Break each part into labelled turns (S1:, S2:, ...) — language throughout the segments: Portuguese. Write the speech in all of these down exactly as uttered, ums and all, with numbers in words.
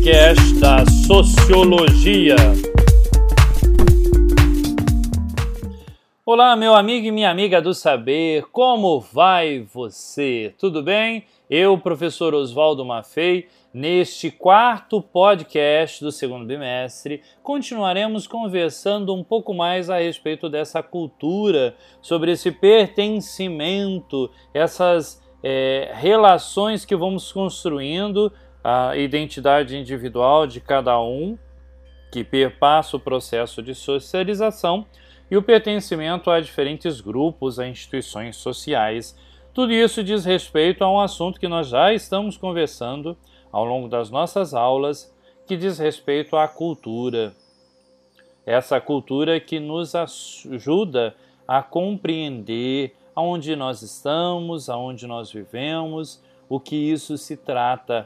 S1: podcast da Sociologia. Olá, meu amigo e minha amiga do saber, como vai você? Tudo bem? Eu, professor Oswaldo Maffei, neste quarto podcast do segundo bimestre, continuaremos conversando um pouco mais a respeito dessa cultura, sobre esse pertencimento, essas é, relações que vamos construindo, a identidade individual de cada um, que perpassa o processo de socialização, e o pertencimento a diferentes grupos, a instituições sociais. Tudo isso diz respeito a um assunto que nós já estamos conversando ao longo das nossas aulas, que diz respeito à cultura. Essa cultura que nos ajuda a compreender aonde nós estamos, aonde nós vivemos, o que isso se trata.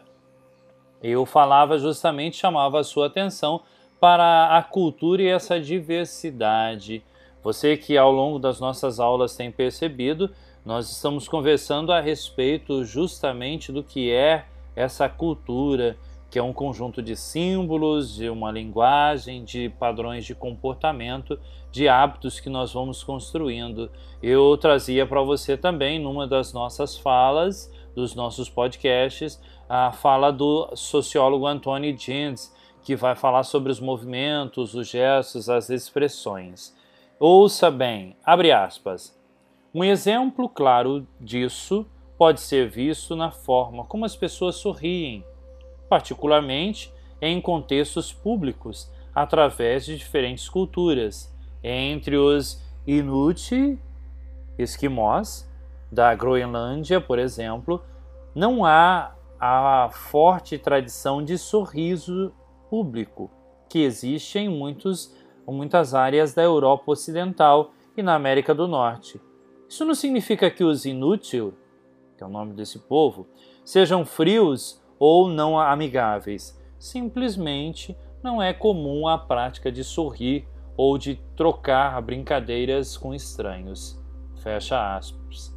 S1: Eu falava justamente, chamava a sua atenção para a cultura e essa diversidade. Você que ao longo das nossas aulas tem percebido, nós estamos conversando a respeito justamente do que é essa cultura, que é um conjunto de símbolos, de uma linguagem, de padrões de comportamento, de hábitos que nós vamos construindo. Eu trazia para você também, numa das nossas falas, dos nossos podcasts, a fala do sociólogo Anthony Giddens, que vai falar sobre os movimentos, os gestos, as expressões. Ouça bem, abre aspas. Um exemplo claro disso pode ser visto na forma como as pessoas sorriem, particularmente em contextos públicos, através de diferentes culturas. Entre os Inuit, esquimós, da Groenlândia, por exemplo, não há a forte tradição de sorriso público que existe em muitos, muitas áreas da Europa Ocidental e na América do Norte. Isso não significa que os Inuit, que é o nome desse povo, sejam frios ou não amigáveis. Simplesmente não é comum a prática de sorrir ou de trocar brincadeiras com estranhos. Fecha aspas.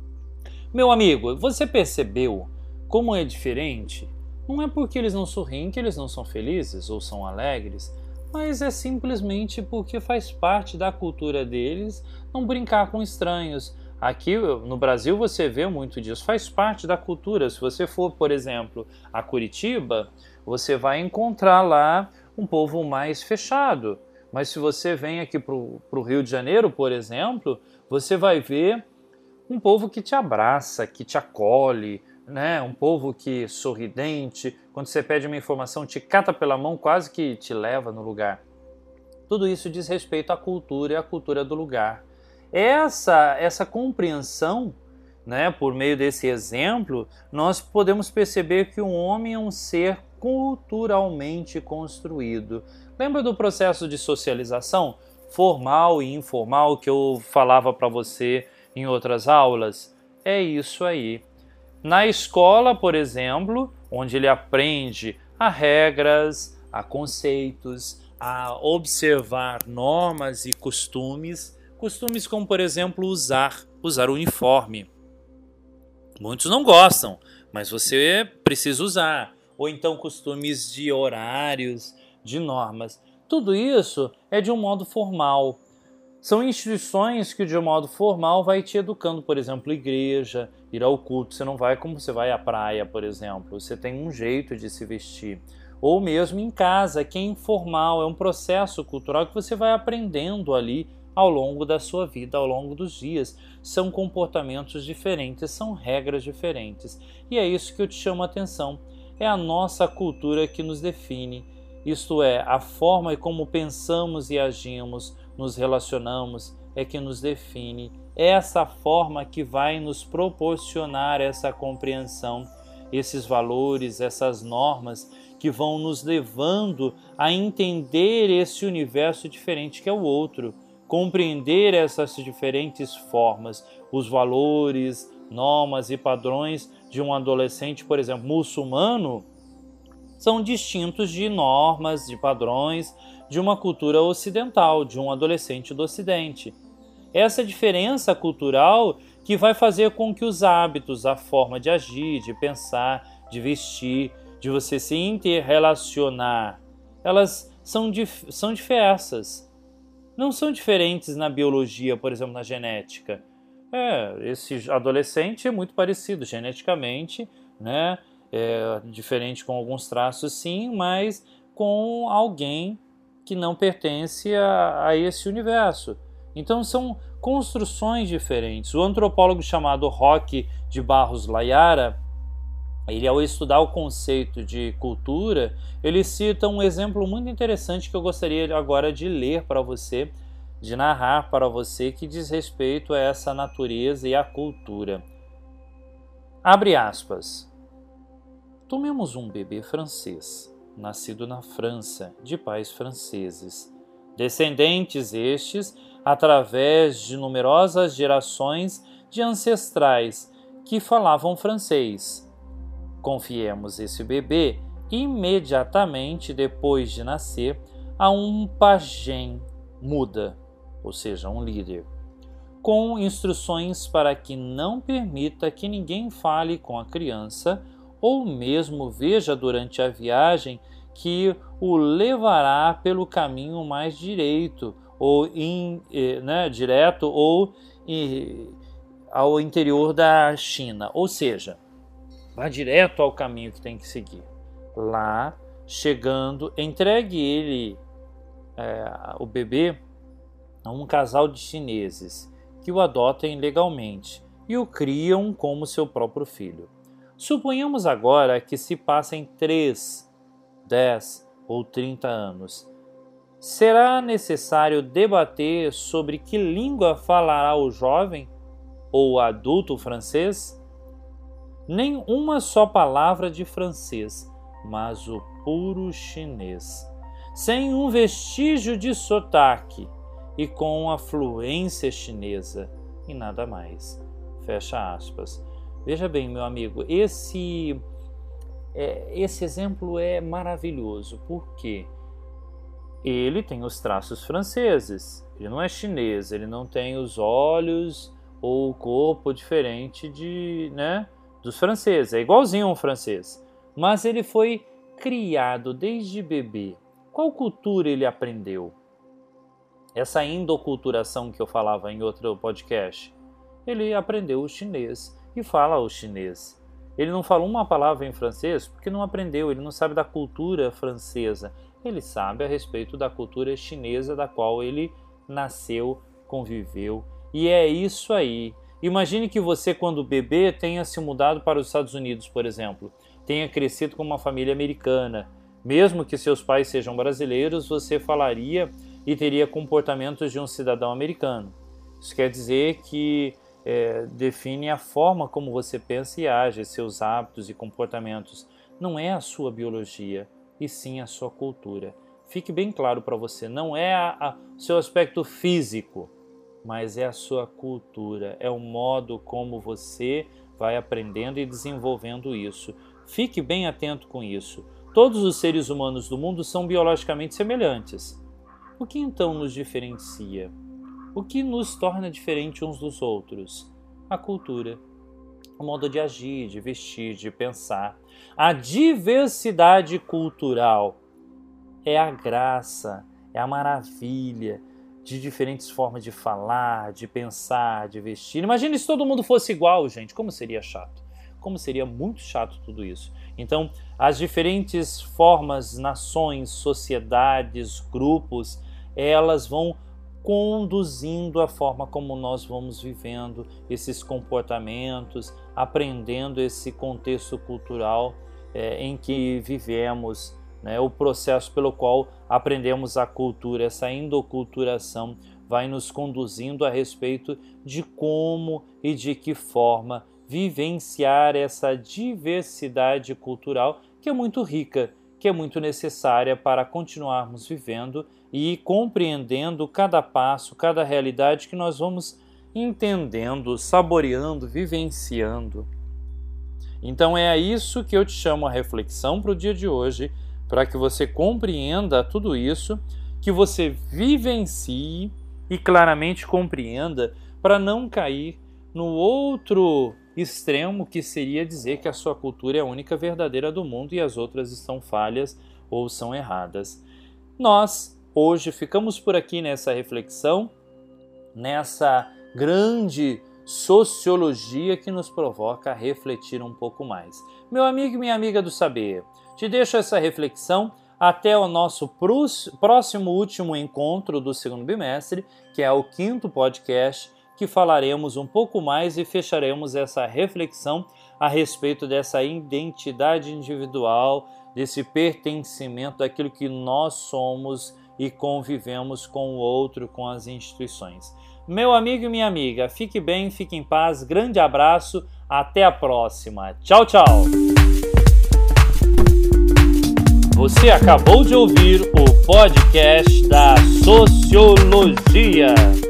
S1: Meu amigo, você percebeu como é diferente? Não é porque eles não sorriem que eles não são felizes ou são alegres, mas é simplesmente porque faz parte da cultura deles não brincar com estranhos. Aqui no Brasil você vê muito disso, faz parte da cultura. Se você for, por exemplo, a Curitiba, você vai encontrar lá um povo mais fechado. Mas se você vem aqui para o Rio de Janeiro, por exemplo, você vai ver um povo que te abraça, que te acolhe, né? Um povo que sorridente, quando você pede uma informação, te cata pela mão, quase que te leva no lugar. Tudo isso diz respeito à cultura e à cultura do lugar. Essa, essa compreensão, né, por meio desse exemplo, nós podemos perceber que o homem é um ser culturalmente construído. Lembra do processo de socialização formal e informal que eu falava para você em outras aulas? É isso aí. Na escola, por exemplo, onde ele aprende a regras, a conceitos, a observar normas e costumes, costumes como, por exemplo, usar, usar uniforme. Muitos não gostam, mas você precisa usar. Ou então costumes de horários, de normas. Tudo isso é de um modo formal. São instituições que de um modo formal vai te educando, por exemplo, igreja, ir ao culto. Você não vai como você vai à praia, por exemplo. Você tem um jeito de se vestir. Ou mesmo em casa, que é informal, é um processo cultural que você vai aprendendo ali ao longo da sua vida, ao longo dos dias. São comportamentos diferentes, são regras diferentes. E é isso que eu te chamo a atenção. É a nossa cultura que nos define. Isto é, a forma como pensamos e agimos, nos relacionamos, é que nos define. É essa forma que vai nos proporcionar essa compreensão, esses valores, essas normas que vão nos levando a entender esse universo diferente que é o outro, compreender essas diferentes formas, os valores, normas e padrões de um adolescente, por exemplo, muçulmano, são distintos de normas, de padrões de uma cultura ocidental, de um adolescente do Ocidente. Essa diferença cultural que vai fazer com que os hábitos, a forma de agir, de pensar, de vestir, de você se interrelacionar, elas são, dif- são diversas. Não são diferentes na biologia, por exemplo, na genética. É, esse adolescente é muito parecido geneticamente, né? É diferente com alguns traços sim, mas com alguém que não pertence a, a esse universo. Então são construções diferentes. O antropólogo chamado Roque de Barros Layara, ele, ao estudar o conceito de cultura, ele cita um exemplo muito interessante que eu gostaria agora de ler para você, de narrar para você, que diz respeito a essa natureza e à cultura. Abre aspas. Tomemos um bebê francês, nascido na França, de pais franceses. Descendentes estes, através de numerosas gerações de ancestrais que falavam francês. Confiemos esse bebê imediatamente depois de nascer a um pajem muda, ou seja, um líder, com instruções para que não permita que ninguém fale com a criança ou mesmo veja durante a viagem que o levará pelo caminho mais direito ou in, né, direto ou in, ao interior da China, ou seja, vá direto ao caminho que tem que seguir. Lá, chegando, entregue ele, é, o bebê, a um casal de chineses que o adotem legalmente e o criam como seu próprio filho. Suponhamos agora que se passem três, dez ou trinta anos. Será necessário debater sobre que língua falará o jovem ou o adulto francês? Nem uma só palavra de francês, mas o puro chinês, sem um vestígio de sotaque e com a fluência chinesa e nada mais. Fecha aspas. Veja bem, meu amigo, esse, é, esse exemplo é maravilhoso, porque ele tem os traços franceses, ele não é chinês, ele não tem os olhos ou o corpo diferente de, né, dos franceses, é igualzinho a um francês, mas ele foi criado desde bebê. Qual cultura ele aprendeu? Essa endoculturação que eu falava em outro podcast, ele aprendeu o chinês e fala o chinês. Ele não fala uma palavra em francês porque não aprendeu, ele não sabe da cultura francesa, ele sabe a respeito da cultura chinesa da qual ele nasceu, conviveu, e é isso aí. Imagine que você, quando bebê, tenha se mudado para os Estados Unidos, por exemplo, tenha crescido com uma família americana. Mesmo que seus pais sejam brasileiros, você falaria e teria comportamentos de um cidadão americano. Isso quer dizer que é, define a forma como você pensa e age, seus hábitos e comportamentos. Não é a sua biologia, e sim a sua cultura. Fique bem claro para você, não é o seu aspecto físico, mas é a sua cultura, é o modo como você vai aprendendo e desenvolvendo isso. Fique bem atento com isso. Todos os seres humanos do mundo são biologicamente semelhantes. O que então nos diferencia? O que nos torna diferente uns dos outros? A cultura, o modo de agir, de vestir, de pensar. A diversidade cultural é a graça, é a maravilha de diferentes formas de falar, de pensar, de vestir. Imagine se todo mundo fosse igual, gente, como seria chato. Como seria muito chato tudo isso. Então, as diferentes formas, nações, sociedades, grupos, elas vão conduzindo a forma como nós vamos vivendo esses comportamentos, aprendendo esse contexto cultural é, em que vivemos, né? O processo pelo qual aprendemos a cultura, essa endoculturação, vai nos conduzindo a respeito de como e de que forma vivenciar essa diversidade cultural que é muito rica, que é muito necessária para continuarmos vivendo e compreendendo cada passo, cada realidade que nós vamos entendendo, saboreando, vivenciando. Então é a isso que eu te chamo a reflexão para o dia de hoje, para que você compreenda tudo isso, que você vivencie e claramente compreenda, para não cair no outro extremo, que seria dizer que a sua cultura é a única verdadeira do mundo e as outras estão falhas ou são erradas. Nós, hoje, ficamos por aqui nessa reflexão, nessa grande sociologia que nos provoca a refletir um pouco mais. Meu amigo e minha amiga do saber, te deixo essa reflexão até o nosso próximo último encontro do segundo bimestre, que é o quinto podcast, que falaremos um pouco mais e fecharemos essa reflexão a respeito dessa identidade individual, desse pertencimento daquilo que nós somos e convivemos com o outro, com as instituições. Meu amigo e minha amiga, fique bem, fique em paz, grande abraço, até a próxima. Tchau, tchau! Você acabou de ouvir o podcast da Sociologia.